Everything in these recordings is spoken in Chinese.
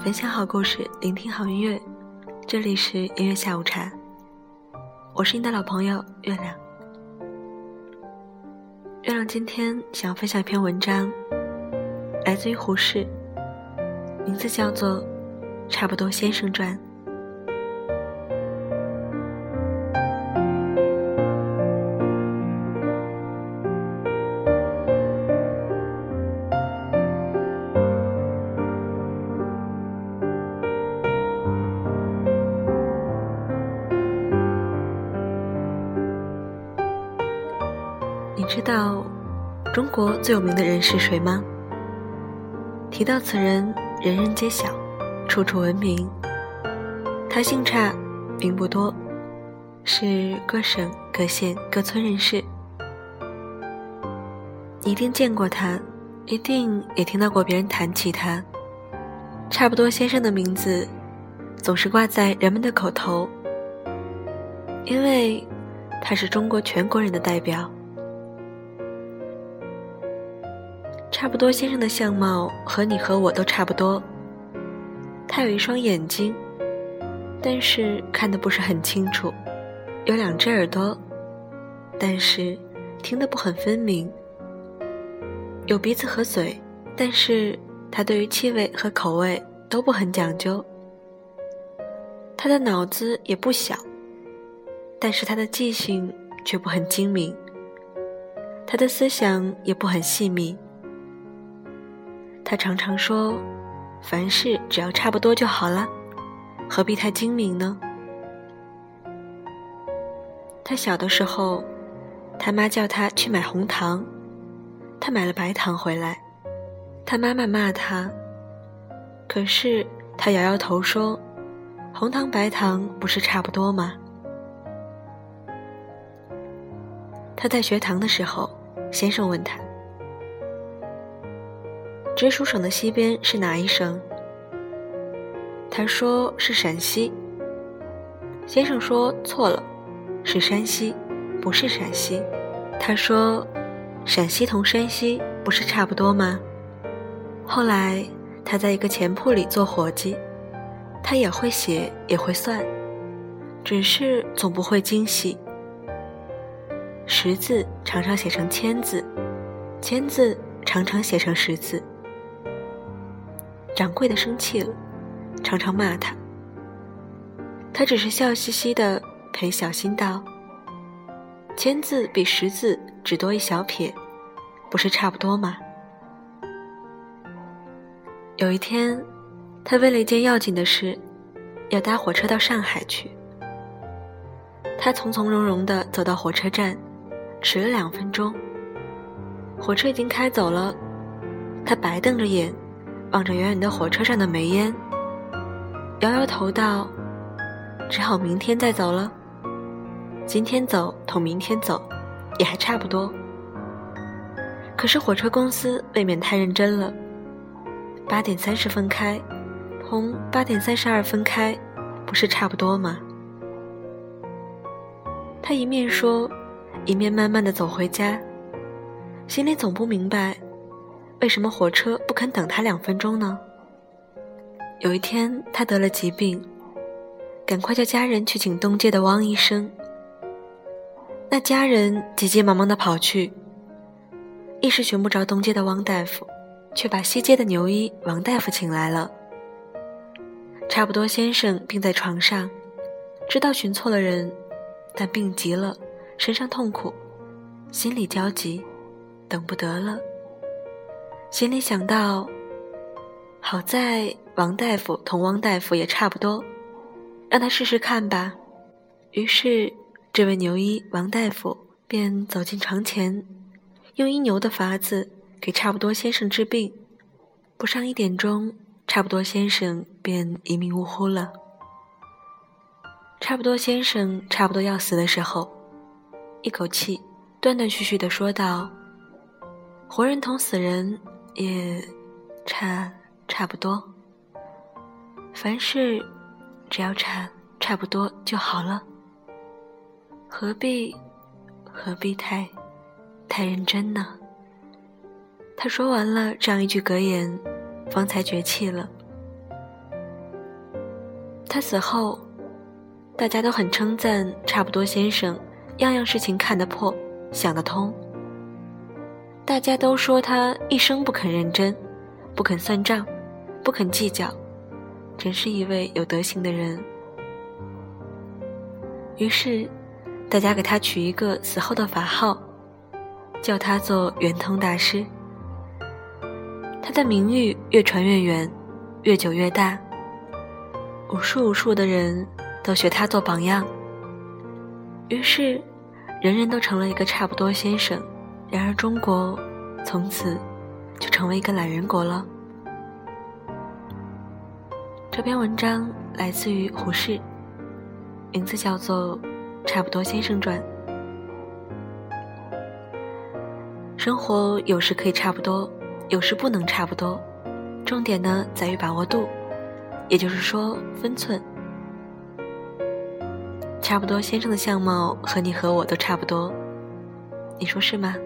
分享好故事，聆听好音乐，这里是音乐下午茶，我是你的老朋友月亮。月亮今天想要分享一篇文章，来自于胡适，名字叫做《差不多先生传》。你知道中国最有名的人是谁吗？提到此人，人人皆晓，处处闻名。他姓差，名不多，是各省各县各村人士。你一定见过他，一定也听到过别人谈起他。差不多先生的名字总是挂在人们的口头，因为他是中国全国人的代表。差不多先生的相貌和你和我都差不多，他有一双眼睛，但是看得不是很清楚，有两只耳朵，但是听得不很分明，有鼻子和嘴，但是他对于气味和口味都不很讲究。他的脑子也不小，但是他的记性却不很精明，他的思想也不很细密。他常常说，凡事只要差不多就好了，何必太精明呢？他小的时候，他妈叫他去买红糖，他买了白糖回来，他妈妈骂他，可是他摇摇头说，红糖白糖不是差不多吗？他在学堂的时候，先生问他，直属省的西边是哪一省？他说是陕西。先生说错了，是山西，不是陕西。他说陕西同山西不是差不多吗？后来他在一个钱铺里做伙计，他也会写也会算，只是总不会精细。10字常常写成1000字，1000字常常写成10字。掌柜的生气了，常常骂他，他只是笑嘻嘻地陪小新道，1000字比10字只多一小撇，不是差不多吗？有一天，他为了一件要紧的事，要搭火车到上海去。他从从容容地走到火车站，迟了2分钟。火车已经开走了，他白瞪着眼，望着远远的火车上的煤烟，摇摇头道，只好明天再走了。今天走同明天走也还差不多。可是火车公司未免太认真了，8点30分开同8点32分开不是差不多吗？他一面说，一面慢慢地走回家，心里总不明白为什么火车不肯等他2分钟呢？有一天他得了疾病，赶快叫家人去请东街的汪医生。那家人急急忙忙地跑去，一时寻不着东街的汪大夫，却把西街的牛医王大夫请来了。差不多先生病在床上，知道寻错了人，但病急了，身上痛苦，心里焦急，等不得了。心里想到，好在王大夫同汪大夫也差不多，让他试试看吧。于是这位牛医王大夫便走进床前，用医牛的法子给差不多先生治病，不上1点钟，差不多先生便一命呜呼了。差不多先生差不多要死的时候，一口气断断续续地说道，活人同死人也差不多，凡事只要差不多就好了，何必太认真呢？他说完了这样一句格言，方才绝气了。 他死后，大家都很称赞差不多先生样样事情看得破，想得通。大家都说他一生不肯认真，不肯算账，不肯计较，真是一位有德行的人。于是大家给他取一个死后的法号，叫他做圆通大师。他的名誉越传越远，越久越大，无数的人都学他做榜样，于是人人都成了一个差不多先生。然而中国从此就成为一个懒人国了。这篇文章来自于胡适，名字叫做《差不多先生传》。生活有时可以差不多，有时不能差不多，重点呢在于把握度，也就是说分寸。差不多先生的相貌和你和我都差不多，你说是吗？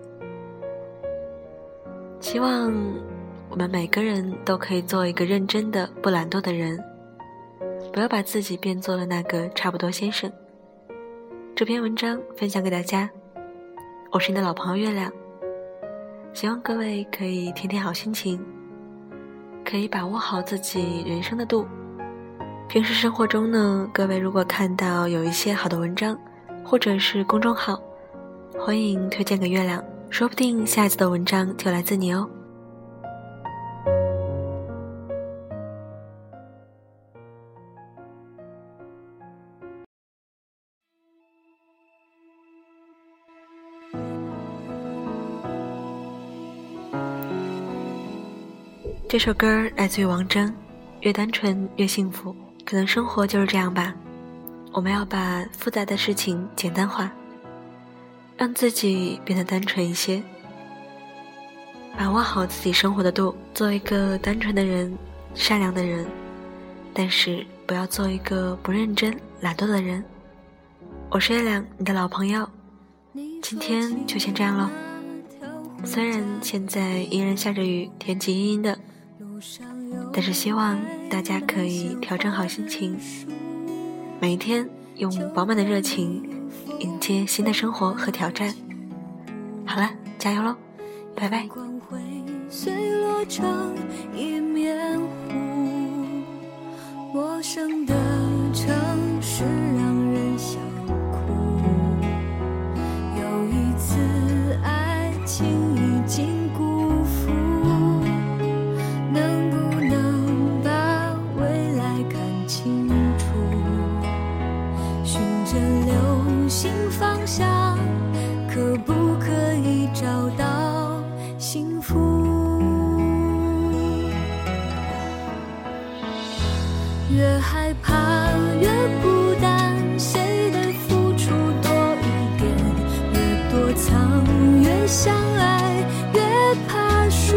希望我们每个人都可以做一个认真的不懒惰的人，不要把自己变作了那个差不多先生。这篇文章分享给大家，我是你的老朋友月亮，希望各位可以天天好心情，可以把握好自己人生的度。平时生活中呢，各位如果看到有一些好的文章或者是公众号，欢迎推荐给月亮，说不定下一次的文章就来自你哦。这首歌来自于王铮，越单纯越幸福。可能生活就是这样吧，我们要把复杂的事情简单化，让自己变得单纯一些，把握好自己生活的度，做一个单纯的人，善良的人，但是不要做一个不认真懒惰的人。我是月亮，你的老朋友，今天就先这样咯。虽然现在依然下着雨，天气阴阴的，但是希望大家可以调整好心情，每一天用饱满的热情迎接新的生活和挑战。好了，加油咯，拜拜。 碎落成一面湖，陌生的城市让人想哭，有一次爱情已经辜负，能不能把未来看清楚，循着流星方向，可不可以找到幸福？越害怕越孤单，谁的付出多一点，越躲藏越相爱，越怕输，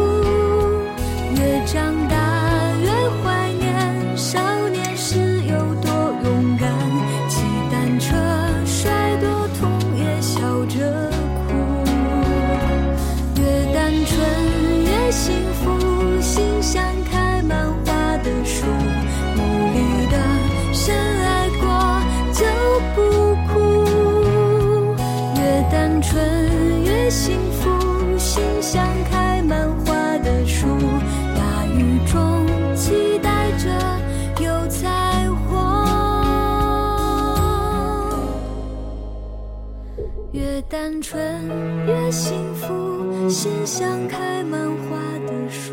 越长大越怀念少年时有多勇敢，骑单车摔多痛也笑着哭，越单纯越幸福，心像开满花的树，努力的深爱过就不哭，越单纯越幸福，心像开满花的树，大雨中期待着有彩虹，越单纯越幸福，心像开满花的树。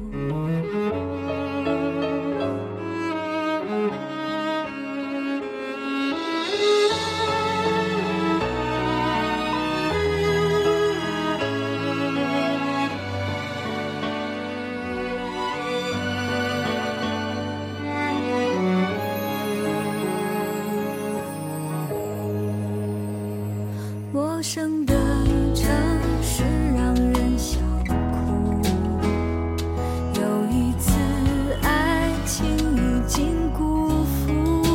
陌生的城市让人想哭，有一次爱情已经辜负，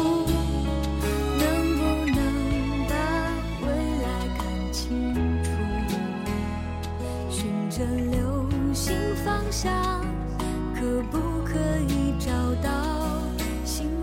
能不能把未来看清楚，循着流星方向，可不可以找到幸福？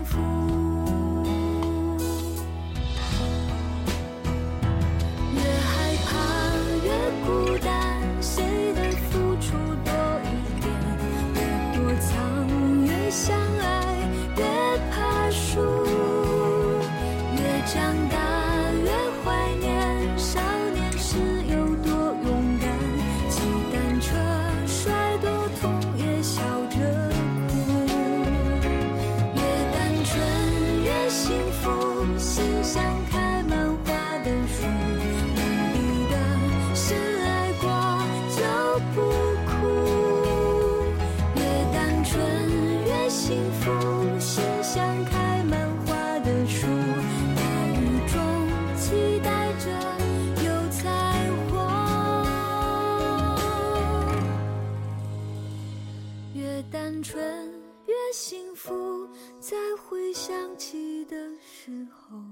单纯越幸福，在回想起的时候